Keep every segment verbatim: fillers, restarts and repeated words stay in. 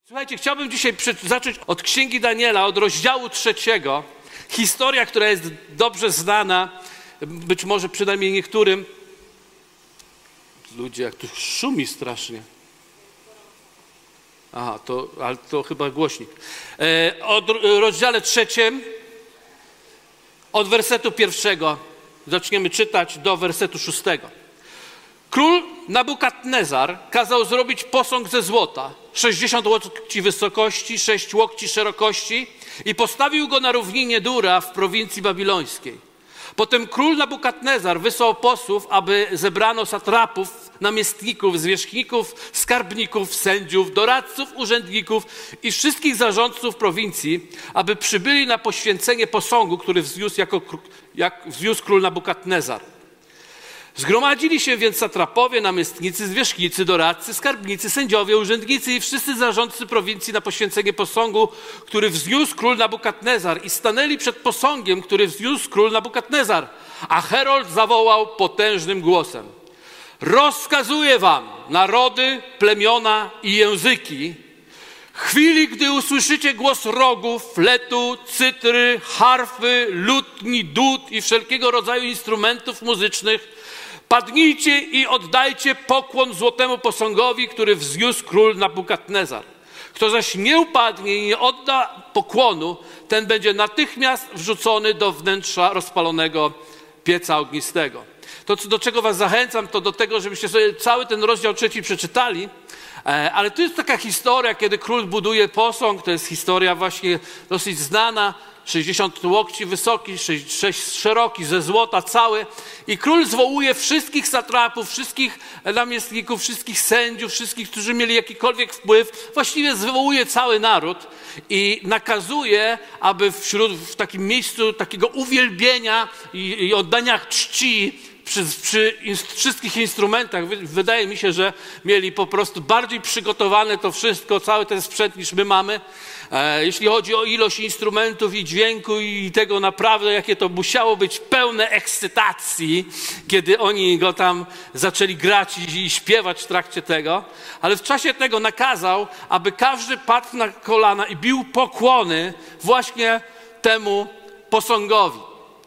Słuchajcie, chciałbym dzisiaj zacząć od Księgi Daniela, od rozdziału trzeciego. Historia, która jest dobrze znana, być może przynajmniej niektórym. Ludzie, jak tu szumi strasznie. Aha, to, ale to chyba głośnik. E, od rozdziale trzecim, od wersetu pierwszego, zaczniemy czytać do wersetu szóstego. Król Nabukadnezar kazał zrobić posąg ze złota, sześćdziesiąt łokci wysokości, sześć łokci szerokości i postawił go na równinie Dura w prowincji babilońskiej. Potem król Nabukadnezar wysłał posłów, aby zebrano satrapów, namiestników, zwierzchników, skarbników, sędziów, doradców, urzędników i wszystkich zarządców prowincji, aby przybyli na poświęcenie posągu, który wzniósł, jako, jak wzniósł król Nabukadnezar. Zgromadzili się więc satrapowie, namiestnicy, zwierzchnicy, doradcy, skarbnicy, sędziowie, urzędnicy i wszyscy zarządcy prowincji na poświęcenie posągu, który wzniósł król Nabukadnezar, i stanęli przed posągiem, który wzniósł król Nabukadnezar. A herold zawołał potężnym głosem: rozkazuję wam, narody, plemiona i języki, w chwili, gdy usłyszycie głos rogów, fletu, cytry, harfy, lutni, dud i wszelkiego rodzaju instrumentów muzycznych, padnijcie i oddajcie pokłon złotemu posągowi, który wzniósł król Nabukadnezar. Kto zaś nie upadnie i nie odda pokłonu, ten będzie natychmiast wrzucony do wnętrza rozpalonego pieca ognistego. To, do czego was zachęcam, to do tego, żebyście sobie cały ten rozdział trzeci przeczytali. Ale to jest taka historia, kiedy król buduje posąg. To jest historia właśnie dosyć znana. sześćdziesiąt łokci wysoki, sześć szeroki, ze złota cały. I król zwołuje wszystkich satrapów, wszystkich namiestników, wszystkich sędziów, wszystkich, którzy mieli jakikolwiek wpływ. Właściwie zwołuje cały naród i nakazuje, aby wśród, w takim miejscu takiego uwielbienia i, i oddania czci Przy, przy in, wszystkich instrumentach, wydaje mi się, że mieli po prostu bardziej przygotowane to wszystko, cały ten sprzęt, niż my mamy. E, jeśli chodzi o ilość instrumentów i dźwięku i tego naprawdę, jakie to musiało być pełne ekscytacji, kiedy oni go tam zaczęli grać i, i śpiewać w trakcie tego. Ale w czasie tego nakazał, aby każdy padł na kolana i bił pokłony właśnie temu posągowi.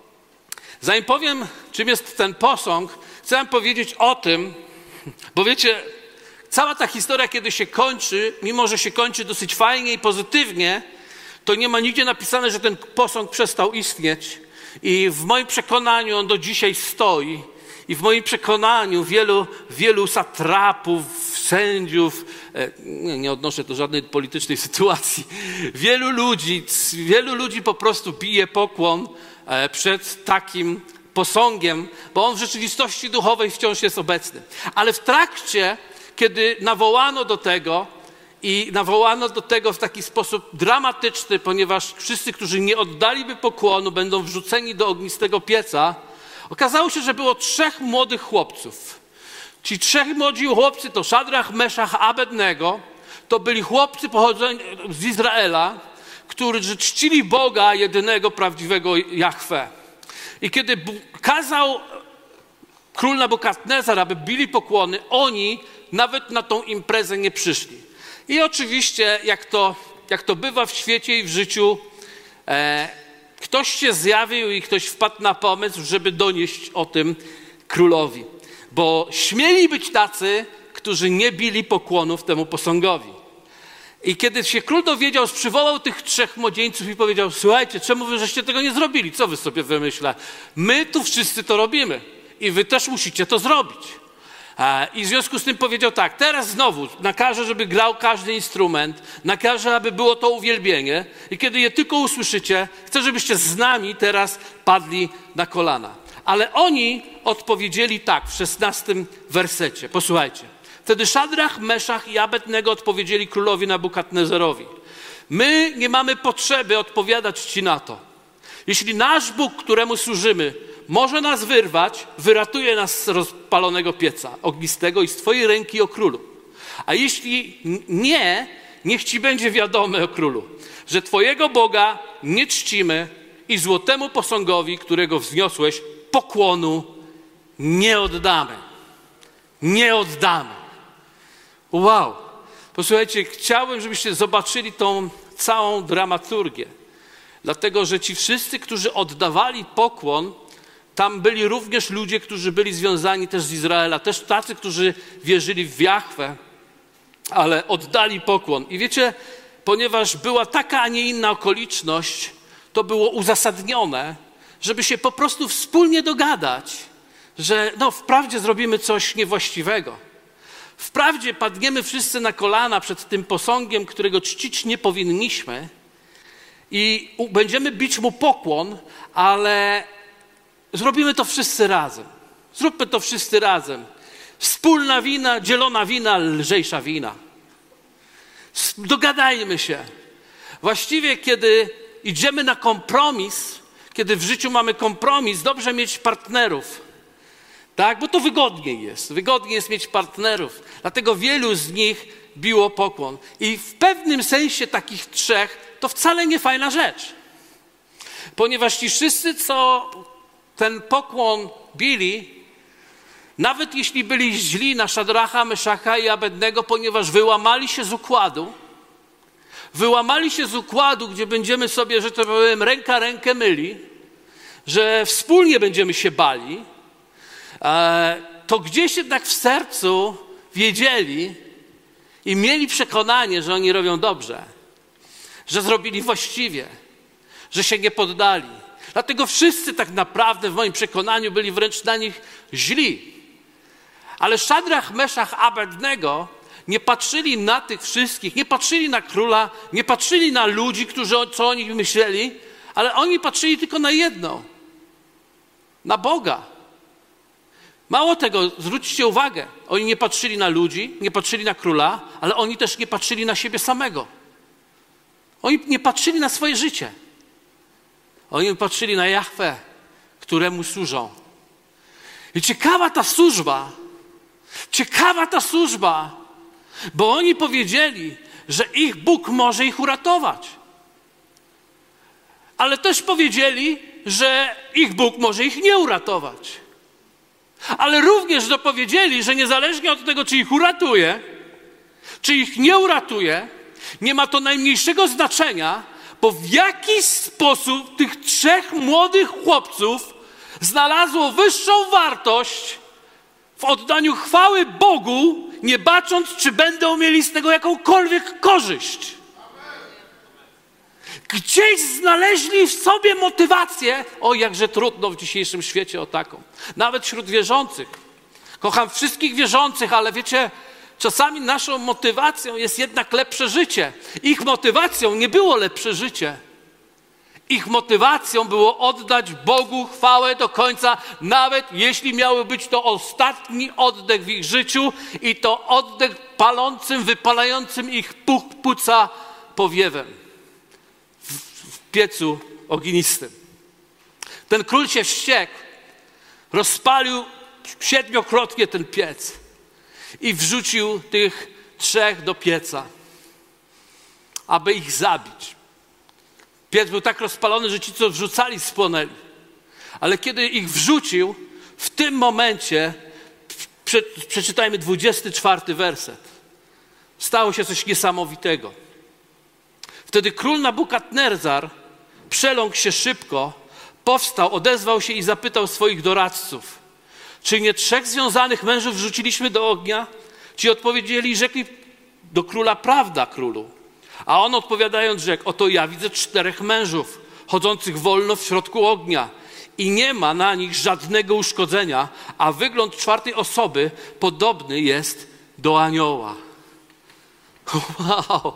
Zanim powiem, czym jest ten posąg, chcę powiedzieć o tym, bo wiecie, cała ta historia, kiedy się kończy, mimo że się kończy dosyć fajnie i pozytywnie, to nie ma nigdzie napisane, że ten posąg przestał istnieć. I w moim przekonaniu on do dzisiaj stoi. I w moim przekonaniu wielu, wielu satrapów, sędziów, nie, nie odnoszę do żadnej politycznej sytuacji, wielu ludzi, wielu ludzi po prostu bije pokłon przed takim posągiem, bo on w rzeczywistości duchowej wciąż jest obecny. Ale w trakcie, kiedy nawołano do tego i nawołano do tego w taki sposób dramatyczny, ponieważ wszyscy, którzy nie oddaliby pokłonu, będą wrzuceni do ognistego pieca, okazało się, że było trzech młodych chłopców. Ci trzech młodzi chłopcy to Szadrach, Meszach, Abednego. To byli chłopcy pochodzeni z Izraela, którzy czcili Boga jedynego, prawdziwego Jahwe. I kiedy kazał król Nabukadnezar, aby bili pokłony, oni nawet na tą imprezę nie przyszli. I oczywiście, jak to, jak to bywa w świecie i w życiu, e, ktoś się zjawił i ktoś wpadł na pomysł, żeby donieść o tym królowi. Bo śmieli być tacy, którzy nie bili pokłonów temu posągowi. I kiedy się król dowiedział, przywołał tych trzech młodzieńców i powiedział: słuchajcie, czemu wy żeście tego nie zrobili? Co wy sobie wymyśla? My tu wszyscy to robimy i wy też musicie to zrobić. I w związku z tym powiedział tak: teraz znowu nakażę, żeby grał każdy instrument, nakażę, aby było to uwielbienie, i kiedy je tylko usłyszycie, chcę, żebyście z nami teraz padli na kolana. Ale oni odpowiedzieli tak w szesnastym wersecie. Posłuchajcie. Wtedy Szadrach, Meszach i Abednego odpowiedzieli królowi Nabukadnezarowi: my nie mamy potrzeby odpowiadać ci na to. Jeśli nasz Bóg, któremu służymy, może nas wyrwać, wyratuje nas z rozpalonego pieca ognistego i z twojej ręki, o królu. A jeśli nie, niech ci będzie wiadome, o królu, że twojego Boga nie czcimy i złotemu posągowi, którego wzniosłeś, pokłonu nie oddamy. Nie oddamy. Wow. Posłuchajcie, chciałbym, żebyście zobaczyli tą całą dramaturgię. Dlatego, że ci wszyscy, którzy oddawali pokłon, tam byli również ludzie, którzy byli związani też z Izraela, też tacy, którzy wierzyli w Jahwe, ale oddali pokłon. I wiecie, ponieważ była taka, a nie inna okoliczność, to było uzasadnione, żeby się po prostu wspólnie dogadać, że no wprawdzie zrobimy coś niewłaściwego. Wprawdzie padniemy wszyscy na kolana przed tym posągiem, którego czcić nie powinniśmy i będziemy bić mu pokłon, ale zrobimy to wszyscy razem. Zróbmy to wszyscy razem. Wspólna wina, dzielona wina, lżejsza wina. Dogadajmy się. Właściwie, kiedy idziemy na kompromis, kiedy w życiu mamy kompromis, dobrze mieć partnerów. Tak? Bo to wygodniej jest. Wygodniej jest mieć partnerów. Dlatego wielu z nich biło pokłon. I w pewnym sensie takich trzech to wcale nie fajna rzecz. Ponieważ ci wszyscy, co ten pokłon bili, nawet jeśli byli źli na Szadracha, Meszacha i Abednego, ponieważ wyłamali się z układu, wyłamali się z układu, gdzie będziemy sobie, że to powiem, ręka rękę myli, że wspólnie będziemy się bali, to gdzieś jednak w sercu wiedzieli i mieli przekonanie, że oni robią dobrze, że zrobili właściwie, że się nie poddali. Dlatego wszyscy tak naprawdę w moim przekonaniu byli wręcz na nich źli. Ale Szadrach, Meszach, Abednego nie patrzyli na tych wszystkich, nie patrzyli na króla, nie patrzyli na ludzi, którzy co o nich myśleli, ale oni patrzyli tylko na jedno, na Boga. Mało tego, zwróćcie uwagę, oni nie patrzyli na ludzi, nie patrzyli na króla, ale oni też nie patrzyli na siebie samego. Oni nie patrzyli na swoje życie. Oni patrzyli na Jahwe, któremu służą. I ciekawa ta służba, ciekawa ta służba, bo oni powiedzieli, że ich Bóg może ich uratować. Ale też powiedzieli, że ich Bóg może ich nie uratować. Ale również dopowiedzieli, że niezależnie od tego, czy ich uratuje, czy ich nie uratuje, nie ma to najmniejszego znaczenia, bo w jakiś sposób tych trzech młodych chłopców znalazło wyższą wartość w oddaniu chwały Bogu, nie bacząc, czy będą mieli z tego jakąkolwiek korzyść. Gdzieś znaleźli w sobie motywację, o jakże trudno w dzisiejszym świecie o taką. Nawet wśród wierzących. Kocham wszystkich wierzących, ale wiecie, czasami naszą motywacją jest jednak lepsze życie. Ich motywacją nie było lepsze życie. Ich motywacją było oddać Bogu chwałę do końca, nawet jeśli miały być to ostatni oddech w ich życiu i to oddech palącym, wypalającym ich płuca powiewem w, w piecu ognistym. Ten król się wściekł, rozpalił siedmiokrotnie ten piec i wrzucił tych trzech do pieca, aby ich zabić. Piec był tak rozpalony, że ci, co wrzucali, spłonęli. Ale kiedy ich wrzucił, w tym momencie, prze, przeczytajmy dwudziesty czwarty werset, stało się coś niesamowitego. Wtedy król Nabukadnezar przeląkł się szybko, powstał, odezwał się i zapytał swoich doradców, czy nie trzech związanych mężów wrzuciliśmy do ognia? Ci odpowiedzieli i rzekli do króla, prawda, królu. A on odpowiadając rzekł, oto ja widzę czterech mężów chodzących wolno w środku ognia i nie ma na nich żadnego uszkodzenia, a wygląd czwartej osoby podobny jest do anioła. Wow!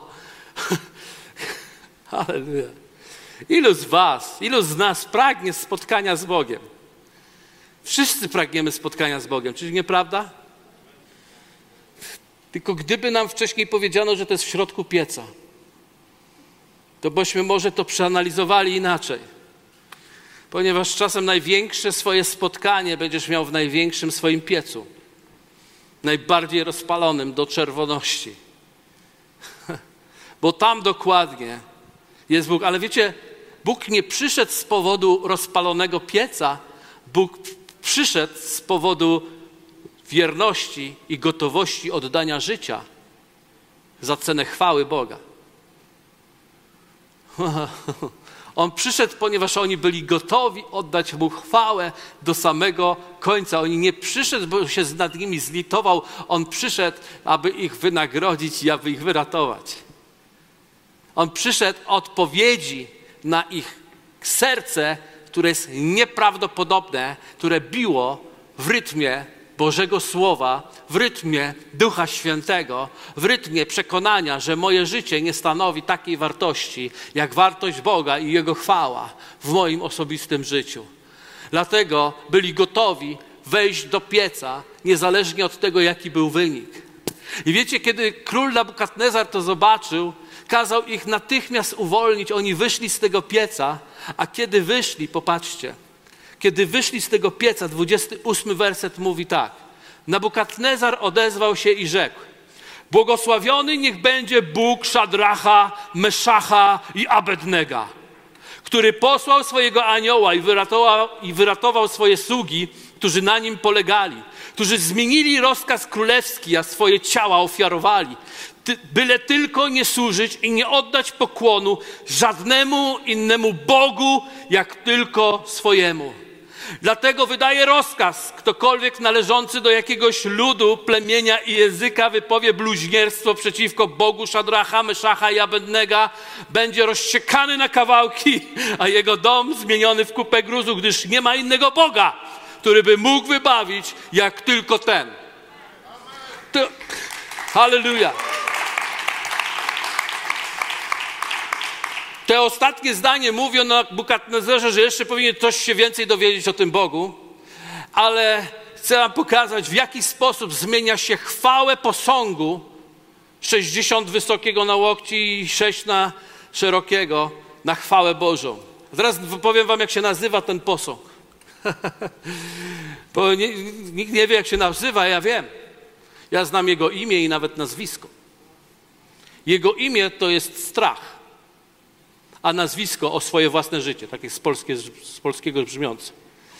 Halleluja! Ilu z was, ilu z nas pragnie spotkania z Bogiem? Wszyscy pragniemy spotkania z Bogiem, czyż nieprawda? Tylko gdyby nam wcześniej powiedziano, że to jest w środku pieca, to byśmy może to przeanalizowali inaczej. Ponieważ czasem największe swoje spotkanie będziesz miał w największym swoim piecu. Najbardziej rozpalonym do czerwoności. Bo tam dokładnie jest Bóg. Ale wiecie, Bóg nie przyszedł z powodu rozpalonego pieca. Bóg przyszedł z powodu wierności i gotowości oddania życia za cenę chwały Boga. On przyszedł, ponieważ oni byli gotowi oddać Mu chwałę do samego końca. On nie przyszedł, bo się nad nimi zlitował. On przyszedł, aby ich wynagrodzić i aby ich wyratować. On przyszedł odpowiedzi na ich serce, które jest nieprawdopodobne, które biło w rytmie Bożego Słowa, w rytmie Ducha Świętego, w rytmie przekonania, że moje życie nie stanowi takiej wartości, jak wartość Boga i Jego chwała w moim osobistym życiu. Dlatego byli gotowi wejść do pieca, niezależnie od tego, jaki był wynik. I wiecie, kiedy król Nabukadnezar to zobaczył, kazał ich natychmiast uwolnić. Oni wyszli z tego pieca, a kiedy wyszli, popatrzcie, kiedy wyszli z tego pieca, dwudziesty ósmy werset mówi tak. Nabukadnezar odezwał się i rzekł: błogosławiony niech będzie Bóg Szadracha, Meszacha i Abednego, który posłał swojego anioła i wyratował, i wyratował swoje sługi, którzy na nim polegali, którzy zmienili rozkaz królewski, a swoje ciała ofiarowali, Ty, byle tylko nie służyć i nie oddać pokłonu żadnemu innemu Bogu, jak tylko swojemu. Dlatego wydaje rozkaz, ktokolwiek należący do jakiegoś ludu, plemienia i języka wypowie bluźnierstwo przeciwko Bogu Szadracha, Meszacha i Abednego, będzie rozsiekany na kawałki, a jego dom zmieniony w kupę gruzu, gdyż nie ma innego Boga, który by mógł wybawić, jak tylko ten. To... Halleluja. Te ostatnie zdanie mówi o Nabukadnezarze, że jeszcze powinien coś się więcej dowiedzieć o tym Bogu, ale chcę wam pokazać, w jaki sposób zmienia się chwałę posągu, sześćdziesiąt wysokiego na łokci i sześć na szerokiego, na chwałę Bożą. Zaraz powiem wam, jak się nazywa ten posąg. Bo nie, nikt nie wie, jak się nazywa, ja wiem. Ja znam jego imię i nawet nazwisko. Jego imię to jest strach, a nazwisko o swoje własne życie, takie z, polskie, z polskiego brzmiące.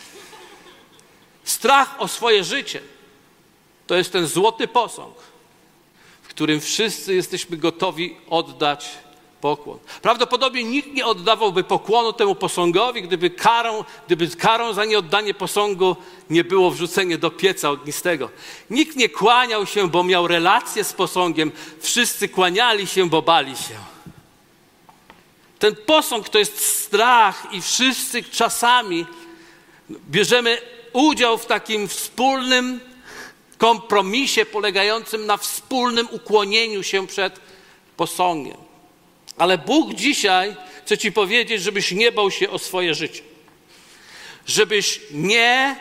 Strach o swoje życie to jest ten złoty posąg, w którym wszyscy jesteśmy gotowi oddać pokłon. Prawdopodobnie nikt nie oddawałby pokłonu temu posągowi, gdyby karą, gdyby karą za nieoddanie posągu nie było wrzucenie do pieca ognistego. Nikt nie kłaniał się, bo miał relację z posągiem. Wszyscy kłaniali się, bo bali się. Ten posąg to jest strach i wszyscy czasami bierzemy udział w takim wspólnym kompromisie polegającym na wspólnym ukłonieniu się przed posągiem. Ale Bóg dzisiaj chce ci powiedzieć, żebyś nie bał się o swoje życie. Żebyś nie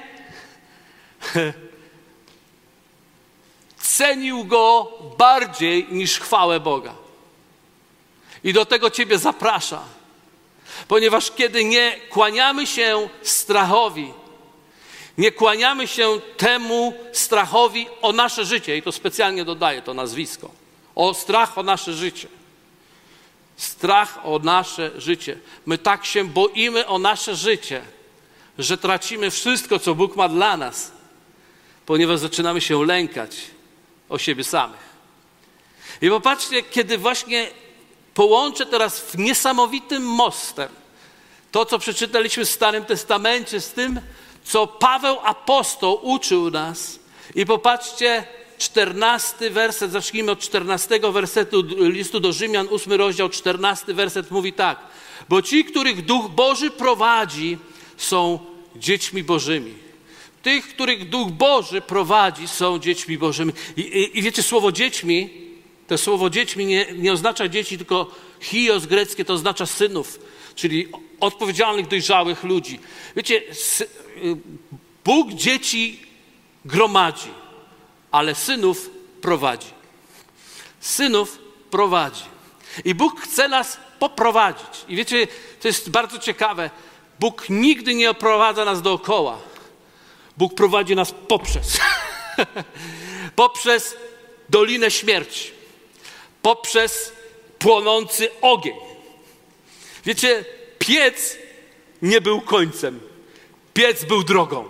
cenił go bardziej niż chwałę Boga. I do tego ciebie zaprasza. Ponieważ kiedy nie kłaniamy się strachowi, nie kłaniamy się temu strachowi o nasze życie, i to specjalnie dodaję to nazwisko, o strach o nasze życie. Strach o nasze życie. My tak się boimy o nasze życie, że tracimy wszystko, co Bóg ma dla nas, ponieważ zaczynamy się lękać o siebie samych. I popatrzcie, kiedy właśnie połączę teraz w niesamowitym mostem to, co przeczytaliśmy w Starym Testamencie z tym, co Paweł apostoł uczył nas. I popatrzcie, czternasty werset, zacznijmy od czternastego wersetu listu do Rzymian, ósmy rozdział, czternasty werset mówi tak. Bo ci, których Duch Boży prowadzi, są dziećmi Bożymi. Tych, których Duch Boży prowadzi, są dziećmi Bożymi. I, i, i wiecie, słowo dziećmi, to słowo dziećmi nie, nie oznacza dzieci, tylko hios greckie to oznacza synów, czyli odpowiedzialnych, dojrzałych ludzi. Wiecie, Bóg dzieci gromadzi, ale synów prowadzi. Synów prowadzi. I Bóg chce nas poprowadzić. I wiecie, to jest bardzo ciekawe. Bóg nigdy nie oprowadza nas dookoła. Bóg prowadzi nas poprzez. poprzez Dolinę Śmierci. Poprzez płonący ogień. Wiecie, piec nie był końcem. Piec był drogą.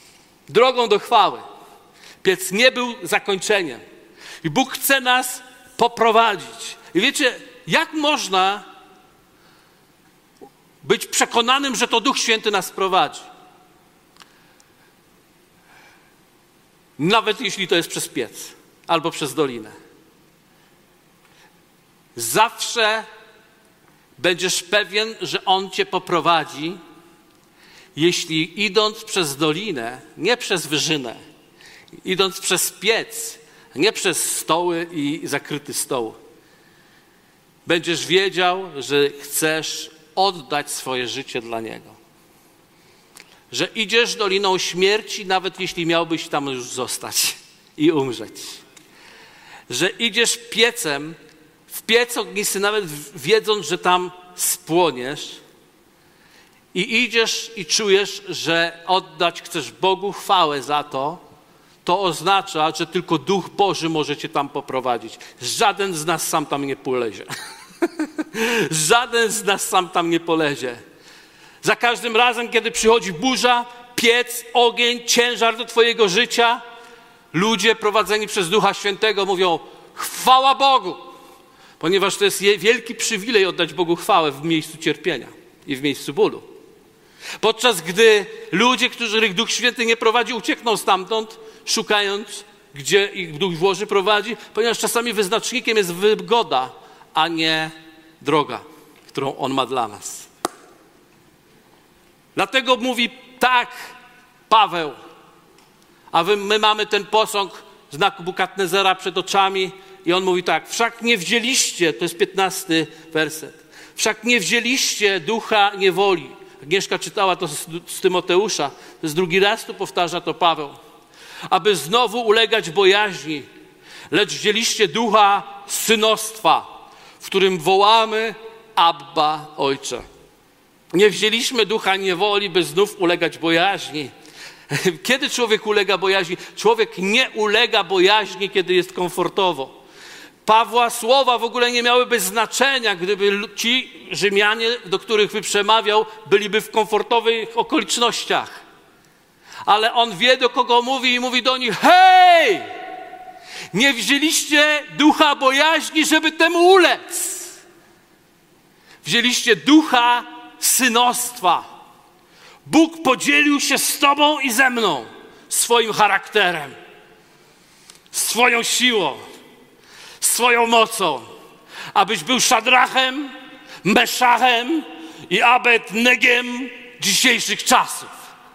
Drogą do chwały. Piec nie był zakończeniem. I Bóg chce nas poprowadzić. I wiecie, jak można być przekonanym, że to Duch Święty nas prowadzi? Nawet jeśli to jest przez piec albo przez dolinę. Zawsze będziesz pewien, że On cię poprowadzi, jeśli idąc przez dolinę, nie przez wyżynę, idąc przez piec, nie przez stoły i zakryty stoł, będziesz wiedział, że chcesz oddać swoje życie dla Niego. Że idziesz doliną śmierci, nawet jeśli miałbyś tam już zostać i umrzeć. Że idziesz piecem, w piec ognisty, nawet wiedząc, że tam spłoniesz, i idziesz i czujesz, że oddać chcesz Bogu chwałę za to, to oznacza, że tylko Duch Boży może cię tam poprowadzić. Żaden z nas sam tam nie polezie. Żaden z nas sam tam nie polezie. Za każdym razem, kiedy przychodzi burza, piec, ogień, ciężar do twojego życia, ludzie prowadzeni przez Ducha Świętego mówią: chwała Bogu! Ponieważ to jest wielki przywilej oddać Bogu chwałę w miejscu cierpienia i w miejscu bólu. Podczas gdy ludzie, których Duch Święty nie prowadzi, uciekną stamtąd, szukając, gdzie ich Duch Boży prowadzi, ponieważ czasami wyznacznikiem jest wygoda, a nie droga, którą On ma dla nas. Dlatego mówi tak Paweł, a wy, my mamy ten posąg znaku Nebukadnezara przed oczami i on mówi tak: wszak nie wzięliście, to jest piętnasty werset, wszak nie wzięliście ducha niewoli. Agnieszka czytała to z, z Tymoteusza, to jest drugi raz tu powtarza to Paweł, aby znowu ulegać bojaźni, lecz wzięliście ducha synostwa, w którym wołamy Abba, Ojcze. Nie wzięliśmy ducha niewoli, by znów ulegać bojaźni. Kiedy człowiek ulega bojaźni? Człowiek nie ulega bojaźni, kiedy jest komfortowo. Pawła słowa w ogóle nie miałyby znaczenia, gdyby ci Rzymianie, do których wyprzemawiał, byliby w komfortowych okolicznościach. Ale on wie, do kogo mówi i mówi do nich: hej! Nie wzięliście ducha bojaźni, żeby temu ulec. Wzięliście ducha synostwa. Bóg podzielił się z tobą i ze mną swoim charakterem, swoją siłą, swoją mocą, abyś był Szadrachem, Meszachem i Abed-Negiem dzisiejszych czasów.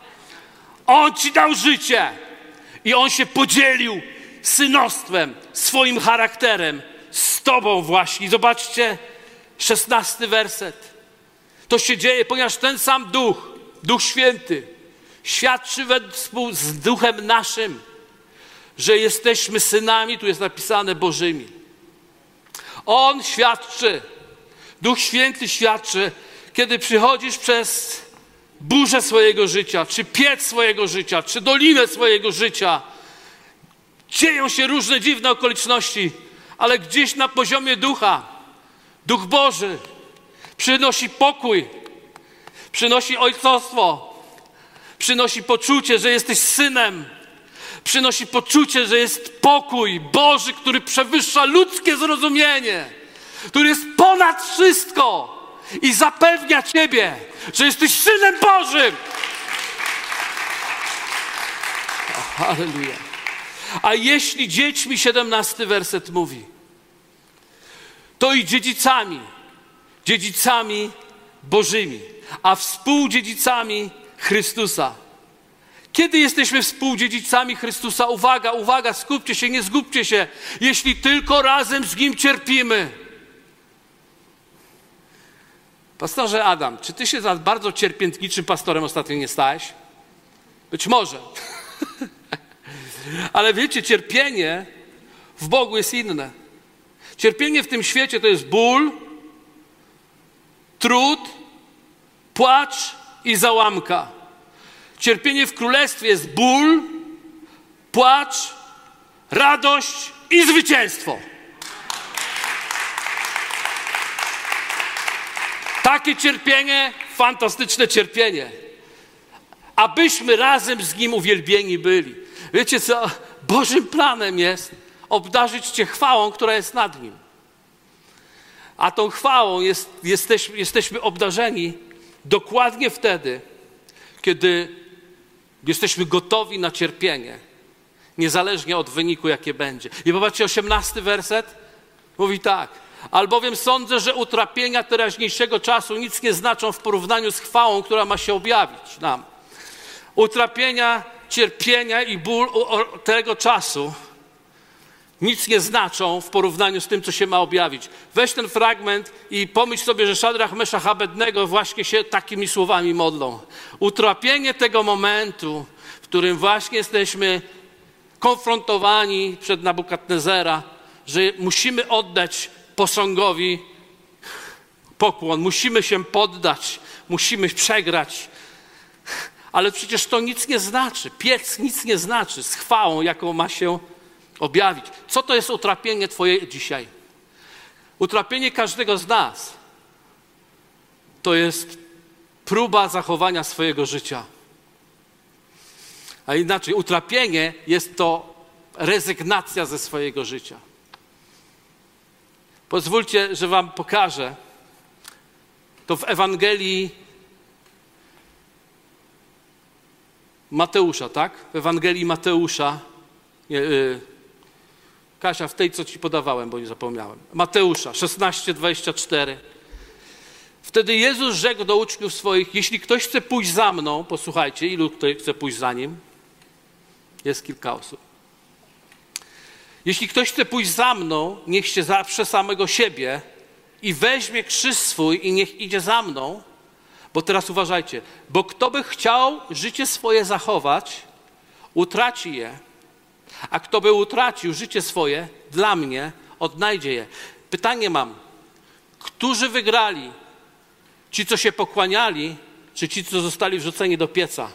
On ci dał życie i On się podzielił synostwem, swoim charakterem z tobą właśnie. Zobaczcie, szesnasty werset. To się dzieje, ponieważ ten sam Duch, Duch Święty, świadczy wespół z Duchem naszym, że jesteśmy synami, tu jest napisane, Bożymi. On świadczy, Duch Święty świadczy, kiedy przychodzisz przez burzę swojego życia, czy piec swojego życia, czy dolinę swojego życia. Dzieją się różne dziwne okoliczności, ale gdzieś na poziomie ducha, Duch Boży przynosi pokój, przynosi ojcostwo, przynosi poczucie, że jesteś synem, przynosi poczucie, że jest pokój Boży, który przewyższa ludzkie zrozumienie, który jest ponad wszystko i zapewnia ciebie, że jesteś synem Bożym. O, halleluja. A jeśli dziećmi, siedemnasty werset mówi, to i dziedzicami, dziedzicami Bożymi, a współdziedzicami Chrystusa. Kiedy jesteśmy współdziedzicami Chrystusa? Uwaga, uwaga, skupcie się, nie zgubcie się. Jeśli tylko razem z Nim cierpimy. Pastorze Adam, czy ty się za bardzo cierpiętniczym pastorem ostatnio nie stałeś? Być może. Ale wiecie, cierpienie w Bogu jest inne. Cierpienie w tym świecie to jest ból, trud, płacz i załamka. Cierpienie w Królestwie jest ból, płacz, radość i zwycięstwo. Takie cierpienie, fantastyczne cierpienie. Abyśmy razem z Nim uwielbieni byli. Wiecie co? Bożym planem jest obdarzyć cię chwałą, która jest nad nim. A tą chwałą jest, jesteś, jesteśmy obdarzeni dokładnie wtedy, kiedy jesteśmy gotowi na cierpienie, niezależnie od wyniku, jakie będzie. I popatrzcie, osiemnasty werset mówi tak. Albowiem sądzę, że utrapienia teraźniejszego czasu nic nie znaczą w porównaniu z chwałą, która ma się objawić nam. Utrapienia, cierpienia i ból tego czasu nic nie znaczą w porównaniu z tym, co się ma objawić. Weź ten fragment i pomyśl sobie, że Szadrach, Meszach, Abednego właśnie się takimi słowami modlą. Utrapienie tego momentu, w którym właśnie jesteśmy konfrontowani przed Nabukadnezera, że musimy oddać posągowi pokłon, musimy się poddać, musimy przegrać. Ale przecież to nic nie znaczy. Piec nic nie znaczy z chwałą, jaką ma się objawić. Co to jest utrapienie twoje dzisiaj? Utrapienie każdego z nas to jest próba zachowania swojego życia. A inaczej, utrapienie jest to rezygnacja ze swojego życia. Pozwólcie, że wam pokażę to w Ewangelii Mateusza, tak? W Ewangelii Mateusza, nie, yy, Kasia, w tej, co ci podawałem, bo nie zapomniałem. Mateusza szesnaście, dwadzieścia cztery. Wtedy Jezus rzekł do uczniów swoich, jeśli ktoś chce pójść za mną, posłuchajcie, ilu ktoś chce pójść za Nim? Jest kilka osób. Jeśli ktoś chce pójść za mną, niech się zaprze samego siebie i weźmie krzyż swój i niech idzie za mną, bo teraz uważajcie, bo kto by chciał życie swoje zachować, utraci je, a kto by utracił życie swoje, dla mnie, odnajdzie je. Pytanie mam, którzy wygrali? Ci, co się pokłaniali, czy ci, co zostali wrzuceni do pieca?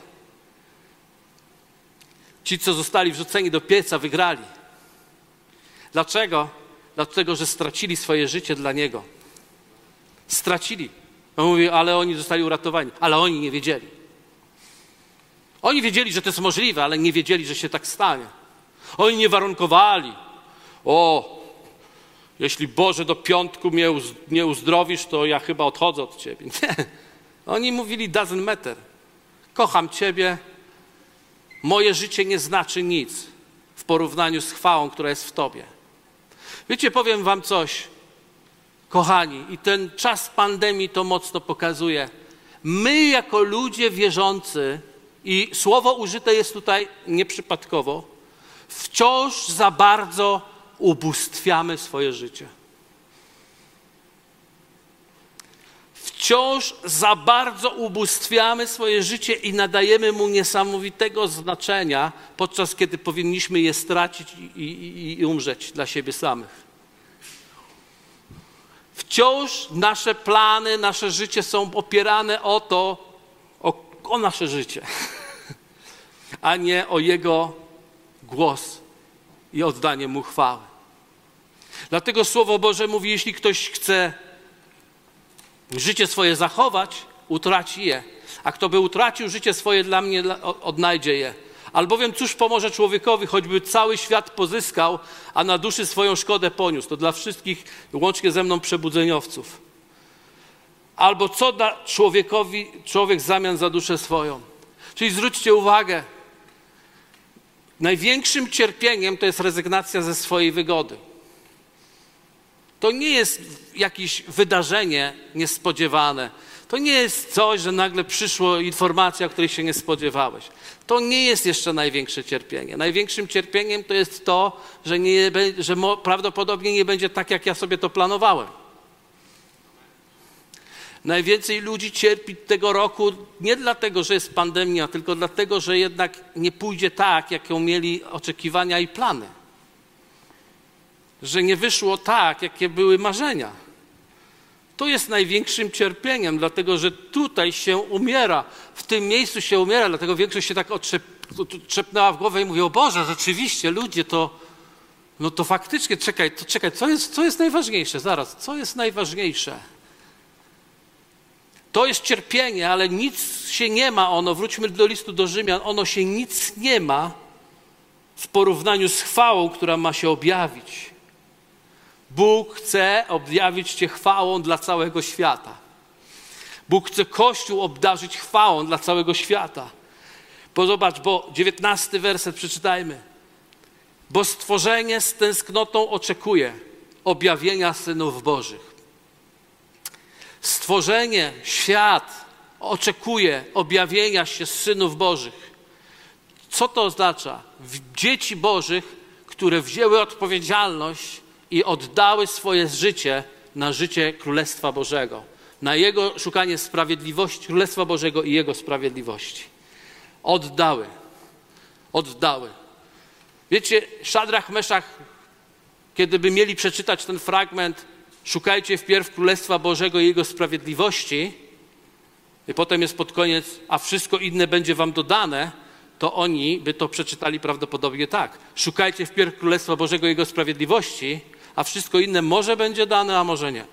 Ci, co zostali wrzuceni do pieca, wygrali. Dlaczego? Dlatego, że stracili swoje życie dla Niego. Stracili. On mówi, ale oni zostali uratowani. Ale oni nie wiedzieli. Oni wiedzieli, że to jest możliwe, ale nie wiedzieli, że się tak stanie. Oni nie warunkowali. O, jeśli Boże do piątku mnie nie uzdrowisz, to ja chyba odchodzę od Ciebie. Nie. Oni mówili, doesn't matter. Kocham Ciebie. Moje życie nie znaczy nic w porównaniu z chwałą, która jest w Tobie. Wiecie, powiem wam coś, kochani, i ten czas pandemii to mocno pokazuje. My jako ludzie wierzący, i słowo użyte jest tutaj nieprzypadkowo, wciąż za bardzo ubóstwiamy swoje życie. Wciąż za bardzo ubóstwiamy swoje życie i nadajemy mu niesamowitego znaczenia, podczas kiedy powinniśmy je stracić i, i, i umrzeć dla siebie samych. Wciąż nasze plany, nasze życie są opierane o to, o, o nasze życie, a nie o Jego głos i oddanie Mu chwały. Dlatego Słowo Boże mówi, jeśli ktoś chce życie swoje zachować, utraci je. A kto by utracił życie swoje dla mnie, odnajdzie je. Albowiem cóż pomoże człowiekowi, choćby cały świat pozyskał, a na duszy swoją szkodę poniósł. To dla wszystkich, łącznie ze mną, przebudzeniowców. Albo co da człowiekowi człowiek w zamian za duszę swoją. Czyli zwróćcie uwagę, największym cierpieniem to jest rezygnacja ze swojej wygody. To nie jest jakieś wydarzenie niespodziewane. To nie jest coś, że nagle przyszła informacja, o której się nie spodziewałeś. To nie jest jeszcze największe cierpienie. Największym cierpieniem to jest to, że, nie, że prawdopodobnie nie będzie tak, jak ja sobie to planowałem. Najwięcej ludzi cierpi tego roku nie dlatego, że jest pandemia, tylko dlatego, że jednak nie pójdzie tak, jaką mieli oczekiwania i plany. Że nie wyszło tak, jakie były marzenia. To jest największym cierpieniem, dlatego że tutaj się umiera, w tym miejscu się umiera, dlatego większość się tak otrzepnęła w głowę i mówi, o Boże, rzeczywiście, ludzie, to, no to faktycznie, czekaj, to czekaj, co jest, co jest najważniejsze? Zaraz, co jest najważniejsze? To jest cierpienie, ale nic się nie ma ono, wróćmy do listu do Rzymian, ono się nic nie ma w porównaniu z chwałą, która ma się objawić. Bóg chce objawić cię chwałą dla całego świata. Bóg chce Kościół obdarzyć chwałą dla całego świata. Bo zobacz, bo dziewiętnasty werset przeczytajmy. Bo stworzenie z tęsknotą oczekuje objawienia synów Bożych. Stworzenie, świat oczekuje objawienia się synów Bożych. Co to oznacza? Dzieci Bożych, które wzięły odpowiedzialność i oddały swoje życie na życie Królestwa Bożego. Na Jego szukanie sprawiedliwości, Królestwa Bożego i Jego sprawiedliwości. Oddały. Oddały. Wiecie, Szadrach, Meszach, kiedy by mieli przeczytać ten fragment, szukajcie wpierw Królestwa Bożego i Jego sprawiedliwości, i potem jest pod koniec, a wszystko inne będzie wam dodane, to oni by to przeczytali prawdopodobnie tak. Szukajcie wpierw Królestwa Bożego i Jego sprawiedliwości, a wszystko inne może będzie dane, a może nie.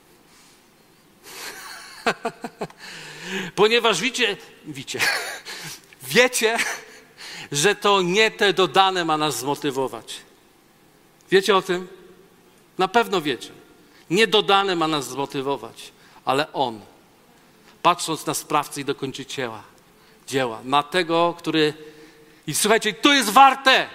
Ponieważ wiecie, wiecie, wiecie, że to nie te dodane ma nas zmotywować. Wiecie o tym? Na pewno wiecie. Nie dodane ma nas zmotywować, ale On, patrząc na sprawcę i dokończyciela dzieła, na tego, który... I słuchajcie, to jest warte.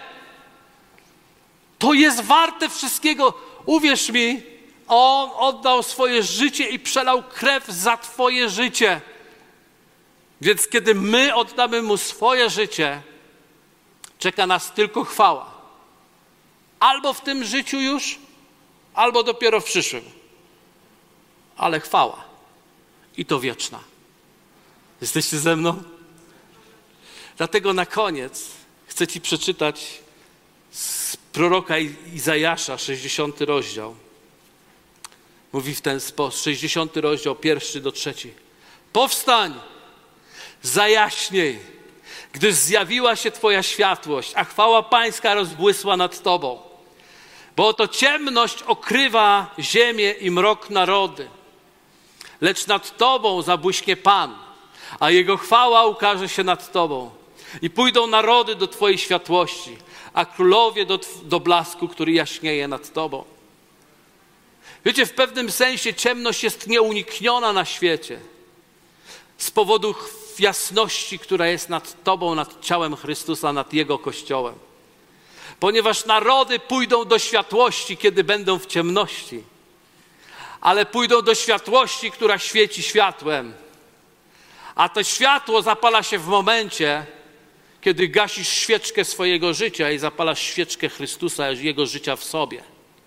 To jest warte wszystkiego. Uwierz mi, On oddał swoje życie i przelał krew za twoje życie. Więc kiedy my oddamy Mu swoje życie, czeka nas tylko chwała. Albo w tym życiu już, albo dopiero w przyszłym. Ale chwała. I to wieczna. Jesteście ze mną? Dlatego na koniec chcę ci przeczytać z proroka Izajasza, sześćdziesiąty rozdział. Mówi w ten sposób, sześćdziesiąty rozdział, pierwszy do trzeci. Powstań, zajaśniej, gdyż zjawiła się Twoja światłość, a chwała Pańska rozbłysła nad Tobą. Bo oto ciemność okrywa ziemię i mrok narody. Lecz nad Tobą zabłyśnie Pan, a Jego chwała ukaże się nad Tobą. I pójdą narody do Twojej światłości, a królowie do, do blasku, który jaśnieje nad Tobą. Wiecie, w pewnym sensie ciemność jest nieunikniona na świecie z powodu jasności, która jest nad Tobą, nad ciałem Chrystusa, nad Jego Kościołem. Ponieważ narody pójdą do światłości, kiedy będą w ciemności, ale pójdą do światłości, która świeci światłem. A to światło zapala się w momencie, kiedy gasisz świeczkę swojego życia i zapalasz świeczkę Chrystusa, Jego życia w sobie.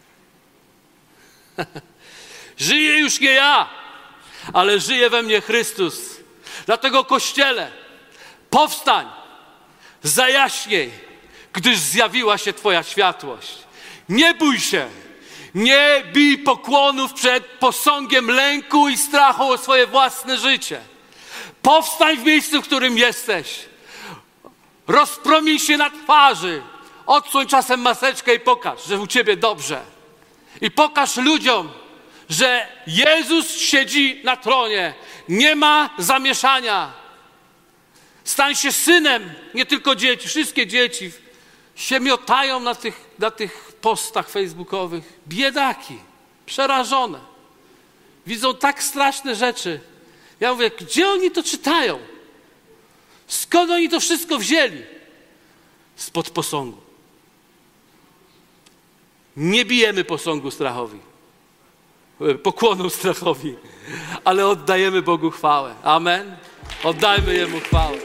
Żyję już nie ja, ale żyje we mnie Chrystus. Dlatego, Kościele, powstań, zajaśniej, gdyż zjawiła się Twoja światłość. Nie bój się, nie bij pokłonów przed posągiem lęku i strachu o swoje własne życie. Powstań w miejscu, w którym jesteś. Rozpromień się na twarzy. Odsłoń czasem maseczkę i pokaż, że u Ciebie dobrze. I pokaż ludziom, że Jezus siedzi na tronie. Nie ma zamieszania. Stań się synem, nie tylko dzieci, wszystkie dzieci się miotają na tych, na tych postach facebookowych. Biedaki, przerażone. Widzą tak straszne rzeczy. Ja mówię, gdzie oni to czytają? Skąd oni to wszystko wzięli? Spod posągu. Nie bijemy posągu strachowi, pokłonu strachowi, ale oddajemy Bogu chwałę. Amen. Oddajmy Jemu chwałę.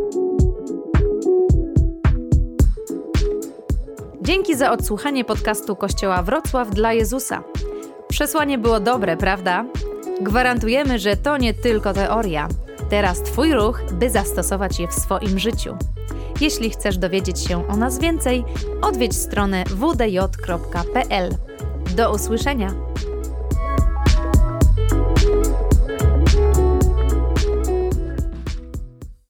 Dzięki za odsłuchanie podcastu Kościoła Wrocław dla Jezusa. Przesłanie było dobre, prawda? Gwarantujemy, że to nie tylko teoria. Teraz Twój ruch, by zastosować je w swoim życiu. Jeśli chcesz dowiedzieć się o nas więcej, odwiedź stronę w d j kropka p l. Do usłyszenia!